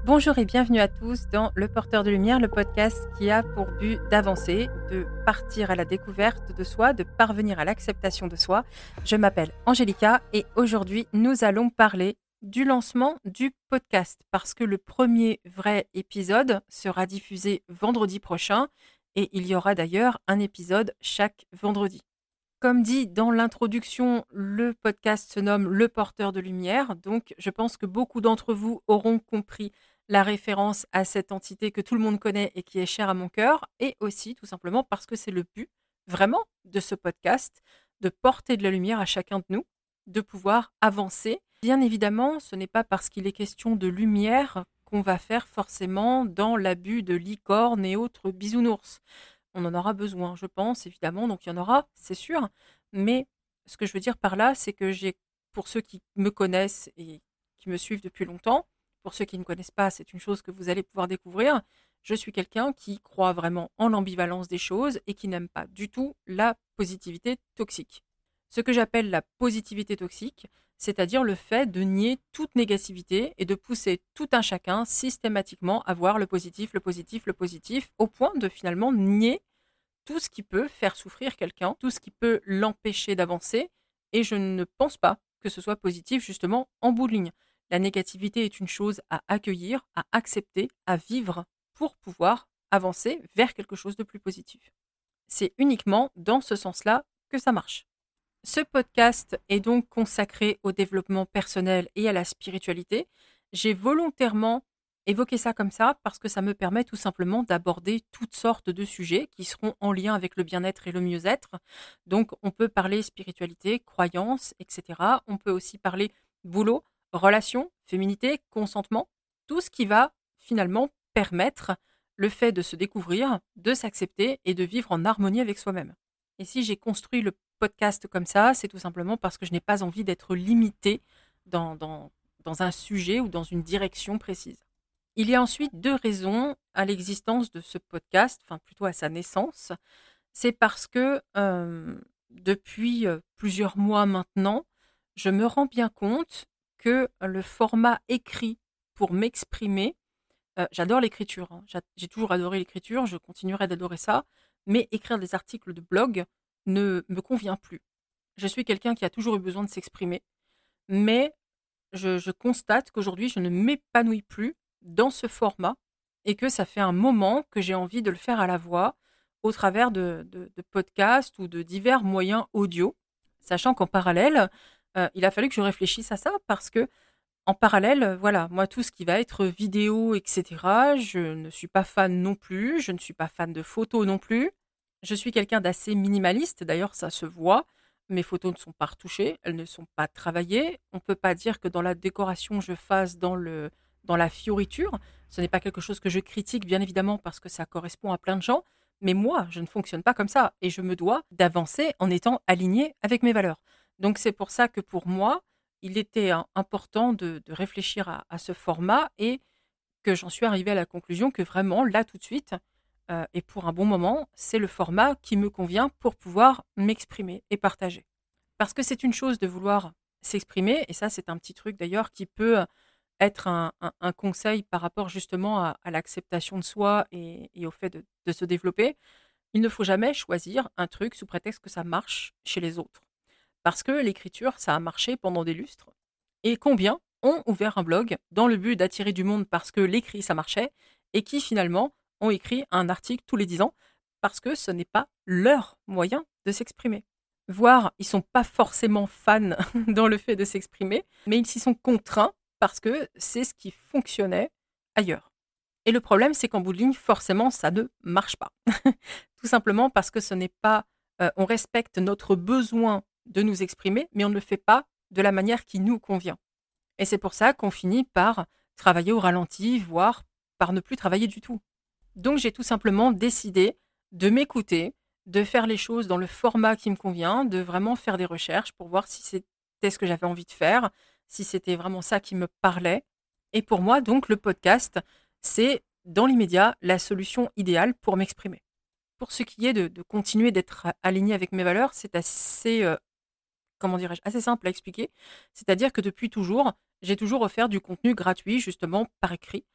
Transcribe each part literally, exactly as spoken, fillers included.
Bonjour et bienvenue à tous dans Le Porteur de Lumière, le podcast qui a pour but d'avancer, de partir à la découverte de soi, de parvenir à l'acceptation de soi. Je m'appelle Angélica et aujourd'hui nous allons parler du lancement du podcast parce que le premier vrai épisode sera diffusé vendredi prochain et il y aura d'ailleurs un épisode chaque vendredi. Comme dit dans l'introduction, le podcast se nomme Le Porteur de Lumière, donc je pense que beaucoup d'entre vous auront compris la référence à cette entité que tout le monde connaît et qui est chère à mon cœur, et aussi tout simplement parce que c'est le but vraiment de ce podcast, de porter de la lumière à chacun de nous, de pouvoir avancer. Bien évidemment, ce n'est pas parce qu'il est question de lumière qu'on va faire forcément dans l'abus de licorne et autres bisounours. On en aura besoin, je pense, évidemment, donc il y en aura, c'est sûr. Mais ce que je veux dire par là, c'est que j'ai, pour ceux qui me connaissent et qui me suivent depuis longtemps, pour ceux qui ne me connaissent pas, c'est une chose que vous allez pouvoir découvrir. Je suis quelqu'un qui croit vraiment en l'ambivalence des choses et qui n'aime pas du tout la positivité toxique. Ce que j'appelle la positivité toxique, c'est-à-dire le fait de nier toute négativité et de pousser tout un chacun systématiquement à voir le positif, le positif, le positif, au point de finalement nier tout ce qui peut faire souffrir quelqu'un, tout ce qui peut l'empêcher d'avancer, et je ne pense pas que ce soit positif justement en bout de ligne. La négativité est une chose à accueillir, à accepter, à vivre pour pouvoir avancer vers quelque chose de plus positif. C'est uniquement dans ce sens-là que ça marche. Ce podcast est donc consacré au développement personnel et à la spiritualité. J'ai volontairement évoqué ça comme ça parce que ça me permet tout simplement d'aborder toutes sortes de sujets qui seront en lien avec le bien-être et le mieux-être. Donc on peut parler spiritualité, croyances, et cetera. On peut aussi parler boulot, relations, féminité, consentement, tout ce qui va finalement permettre le fait de se découvrir, de s'accepter et de vivre en harmonie avec soi-même. Et si j'ai construit le podcast comme ça, c'est tout simplement parce que je n'ai pas envie d'être limitée dans, dans, dans un sujet ou dans une direction précise. Il y a ensuite deux raisons à l'existence de ce podcast, enfin plutôt à sa naissance. C'est parce que euh, depuis euh, plusieurs mois maintenant, je me rends bien compte que le format écrit pour m'exprimer, euh, j'adore l'écriture, hein. J'a- j'ai toujours adoré l'écriture, je continuerai d'adorer ça, mais écrire des articles de blog ne me convient plus. Je suis quelqu'un qui a toujours eu besoin de s'exprimer, mais je, je constate qu'aujourd'hui, je ne m'épanouis plus dans ce format et que ça fait un moment que j'ai envie de le faire à la voix au travers de, de- de podcasts ou de divers moyens audio, sachant qu'en parallèle, euh, il a fallu que je réfléchisse à ça parce que en parallèle, euh, voilà, moi, tout ce qui va être vidéo, et cetera, je ne suis pas fan non plus, je ne suis pas fan de photos non plus. Je suis quelqu'un d'assez minimaliste, d'ailleurs ça se voit. Mes photos ne sont pas retouchées, elles ne sont pas travaillées. On ne peut pas dire que dans la décoration, je fasse dans, le, dans la fioriture. Ce n'est pas quelque chose que je critique, bien évidemment, parce que ça correspond à plein de gens. Mais moi, je ne fonctionne pas comme ça et je me dois d'avancer en étant aligné avec mes valeurs. Donc c'est pour ça que pour moi, il était hein, important de, de réfléchir à, à ce format et que j'en suis arrivée à la conclusion que vraiment, là, tout de suite, euh, et pour un bon moment, c'est le format qui me convient pour pouvoir m'exprimer et partager. Parce que c'est une chose de vouloir s'exprimer, et ça, c'est un petit truc d'ailleurs qui peut être un, un- un conseil par rapport justement à, à l'acceptation de soi et, et au fait de, de se développer. Il ne faut jamais choisir un truc sous prétexte que ça marche chez les autres. Parce que l'écriture, ça a marché pendant des lustres. Et combien ont ouvert un blog dans le but d'attirer du monde parce que l'écrit, ça marchait, et qui finalement ont écrit un article tous les dix ans parce que ce n'est pas leur moyen de s'exprimer. Voire, ils sont pas forcément fans dans le fait de s'exprimer, mais ils s'y sont contraints parce que c'est ce qui fonctionnait ailleurs. Et le problème, c'est qu'en bout de ligne, forcément, ça ne marche pas. Tout simplement parce que ce n'est pas, euh, on respecte notre besoin de nous exprimer, mais on ne le fait pas de la manière qui nous convient. Et c'est pour ça qu'on finit par travailler au ralenti, voire par ne plus travailler du tout. Donc j'ai tout simplement décidé de m'écouter, de faire les choses dans le format qui me convient, de vraiment faire des recherches pour voir si c'était ce que j'avais envie de faire, si c'était vraiment ça qui me parlait. Et pour moi, donc, le podcast, c'est dans l'immédiat la solution idéale pour m'exprimer. Pour ce qui est de, de continuer d'être aligné avec mes valeurs, c'est assez, euh, comment dirais-je, assez simple à expliquer. C'est-à-dire que depuis toujours, j'ai toujours offert du contenu gratuit, justement, par écrit,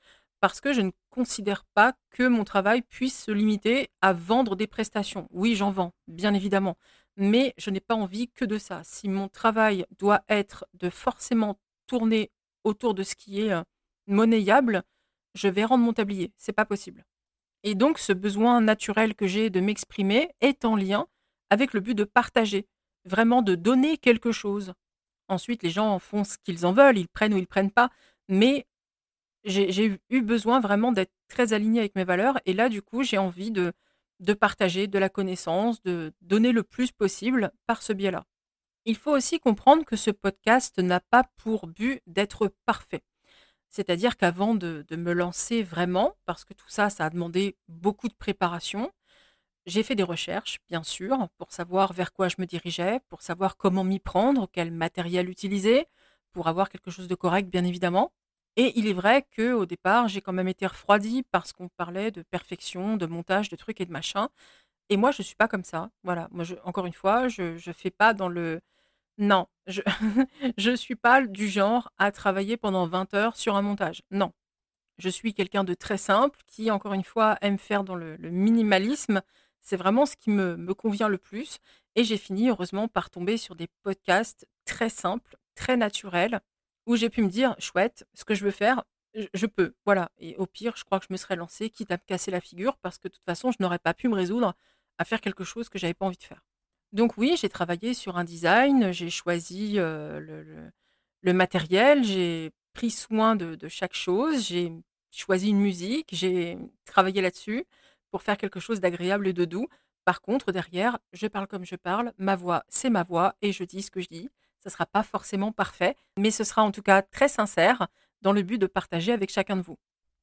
parce que je ne considère pas que mon travail puisse se limiter à vendre des prestations. Oui, j'en vends, bien évidemment, mais je n'ai pas envie que de ça. Si mon travail doit être de forcément tourner autour de ce qui est, heu, monnayable, je vais rendre mon tablier, c'est pas possible. Et donc ce besoin naturel que j'ai de m'exprimer est en lien avec le but de partager, vraiment de donner quelque chose. Ensuite, les gens en font ce qu'ils en veulent, ils prennent ou ils prennent pas, mais j'ai j'ai eu eu besoin vraiment d'être très alignée avec mes valeurs et là, du coup, j'ai envie de de partager de la connaissance, de donner le plus possible par ce biais-là. Il faut aussi comprendre que ce podcast n'a pas pour but d'être parfait. C'est-à-dire qu'avant de de me lancer vraiment, parce que tout ça, ça a demandé beaucoup de préparation, j'ai fait des recherches, bien sûr, pour savoir vers quoi je me dirigeais, pour savoir comment m'y prendre, quel matériel utiliser, pour avoir quelque chose de correct, bien évidemment. Et il est vrai qu'au départ, j'ai quand même été refroidie parce qu'on parlait de perfection, de montage, de trucs et de machins. Et moi, je suis pas comme ça. Voilà. Moi, je, encore une fois, je, je fais pas dans le. Non, je, je suis pas du genre à travailler pendant vingt heures sur un montage. Non. Je suis quelqu'un de très simple qui, encore une fois, aime faire dans le, le minimalisme. C'est vraiment ce qui me, me convient le plus. Et j'ai fini, heureusement, par tomber sur des podcasts très simples, très naturels, où j'ai pu me dire, chouette, ce que je veux faire, je, je peux. Voilà. Et au pire, je crois que je me serais lancée, quitte à me casser la figure, parce que de toute façon, je n'aurais pas pu me résoudre à faire quelque chose que j'avais pas envie de faire. Donc oui, j'ai travaillé sur un design, j'ai choisi euh, le, le- le matériel, j'ai pris soin de, de chaque chose, j'ai choisi une musique, j'ai travaillé là-dessus pour faire quelque chose d'agréable et de doux. Par contre, derrière, je parle comme je parle, ma voix, c'est ma voix et je dis ce que je dis. Ça ne sera pas forcément parfait, mais ce sera en tout cas très sincère dans le but de partager avec chacun de vous.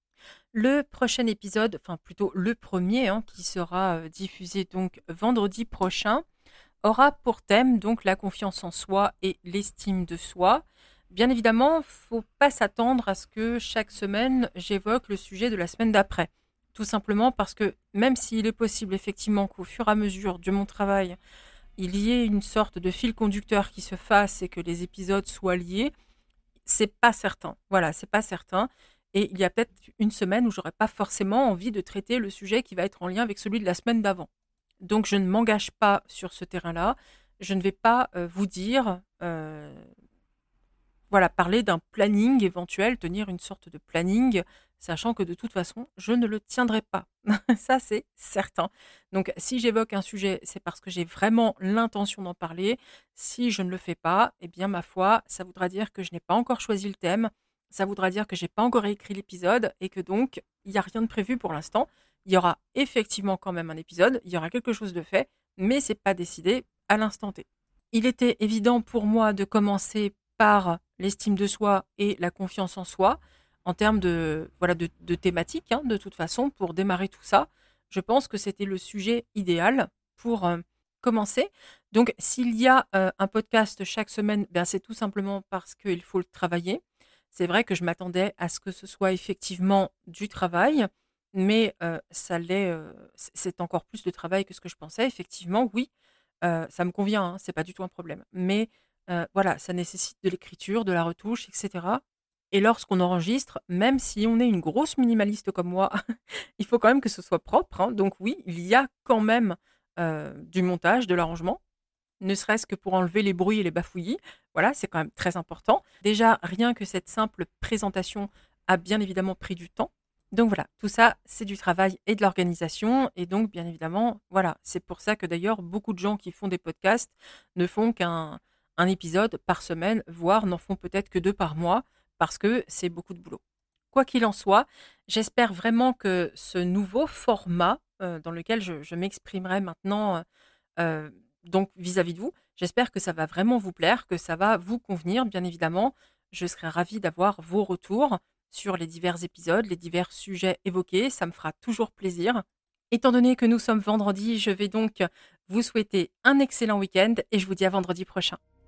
Le prochain épisode, enfin plutôt le premier, hein, qui sera euh, diffusé donc vendredi prochain, aura pour thème donc la confiance en soi et l'estime de soi. Bien évidemment, faut pas s'attendre à ce que chaque semaine j'évoque le sujet de la semaine d'après. Tout simplement parce que même s'il est possible effectivement qu'au fur et à mesure de mon travail, il y ait une sorte de fil conducteur qui se fasse et que les épisodes soient liés, c'est pas certain. Voilà, c'est pas certain. Et il y a peut-être une semaine où j'aurais pas forcément envie de traiter le sujet qui va être en lien avec celui de la semaine d'avant. Donc je ne m'engage pas sur ce terrain-là. Je ne vais pas euh, vous dire, euh, voilà, parler d'un planning éventuel, tenir une sorte de planning, sachant que de toute façon, je ne le tiendrai pas. Ça, c'est certain. Donc si j'évoque un sujet, c'est parce que j'ai vraiment l'intention d'en parler. Si je ne le fais pas, eh bien, ma foi, ça voudra dire que je n'ai pas encore choisi le thème. Ça voudra dire que j'ai pas encore écrit l'épisode et que donc, il n'y a rien de prévu pour l'instant. Il y aura effectivement quand même un épisode, il y aura quelque chose de fait, mais c'est pas décidé à l'instant T. Il était évident pour moi de commencer par l'estime de soi et la confiance en soi en termes de voilà de, de thématiques, hein, de toute façon pour démarrer tout ça. Je pense que c'était le sujet idéal pour euh, commencer. Donc s'il y a euh, un podcast chaque semaine, ben, c'est tout simplement parce qu'il faut le travailler. C'est vrai que je m'attendais à ce que ce soit effectivement du travail, mais heu, ça l'est, heu, c'est c'est encore plus de travail que ce que je pensais. Effectivement, oui, heu, ça me convient, hein, c'est pas du tout un problème. Mais heu, voilà, ça nécessite de l'écriture, de la retouche et cetera et lorsqu'on enregistre, même si on est une grosse minimaliste comme moi, il faut quand même que ce soit propre, hein. Donc oui, il y a quand même, heu, du montage, de l'arrangement, ne serait-ce que pour enlever les bruits et les bafouillis. Voilà, c'est quand même très important. Déjà, rien que cette simple présentation a bien évidemment pris du temps. Donc voilà, tout ça, c'est du travail et de l'organisation. Et donc, bien évidemment, voilà, c'est pour ça que d'ailleurs, beaucoup de gens qui font des podcasts ne font qu'un un épisode par semaine, voire n'en font peut-être que deux par mois, parce que c'est beaucoup de boulot. Quoi qu'il en soit, j'espère vraiment que ce nouveau format euh, dans lequel je, je m'exprimerai maintenant, euh, donc vis-à-vis de vous, j'espère que ça va vraiment vous plaire, que ça va vous convenir, bien évidemment. Je serai ravie d'avoir vos retours sur les divers épisodes, les divers sujets évoqués. Ça me fera toujours plaisir. Étant donné que nous sommes vendredi, je vais donc vous souhaiter un excellent week-end et je vous dis à vendredi prochain.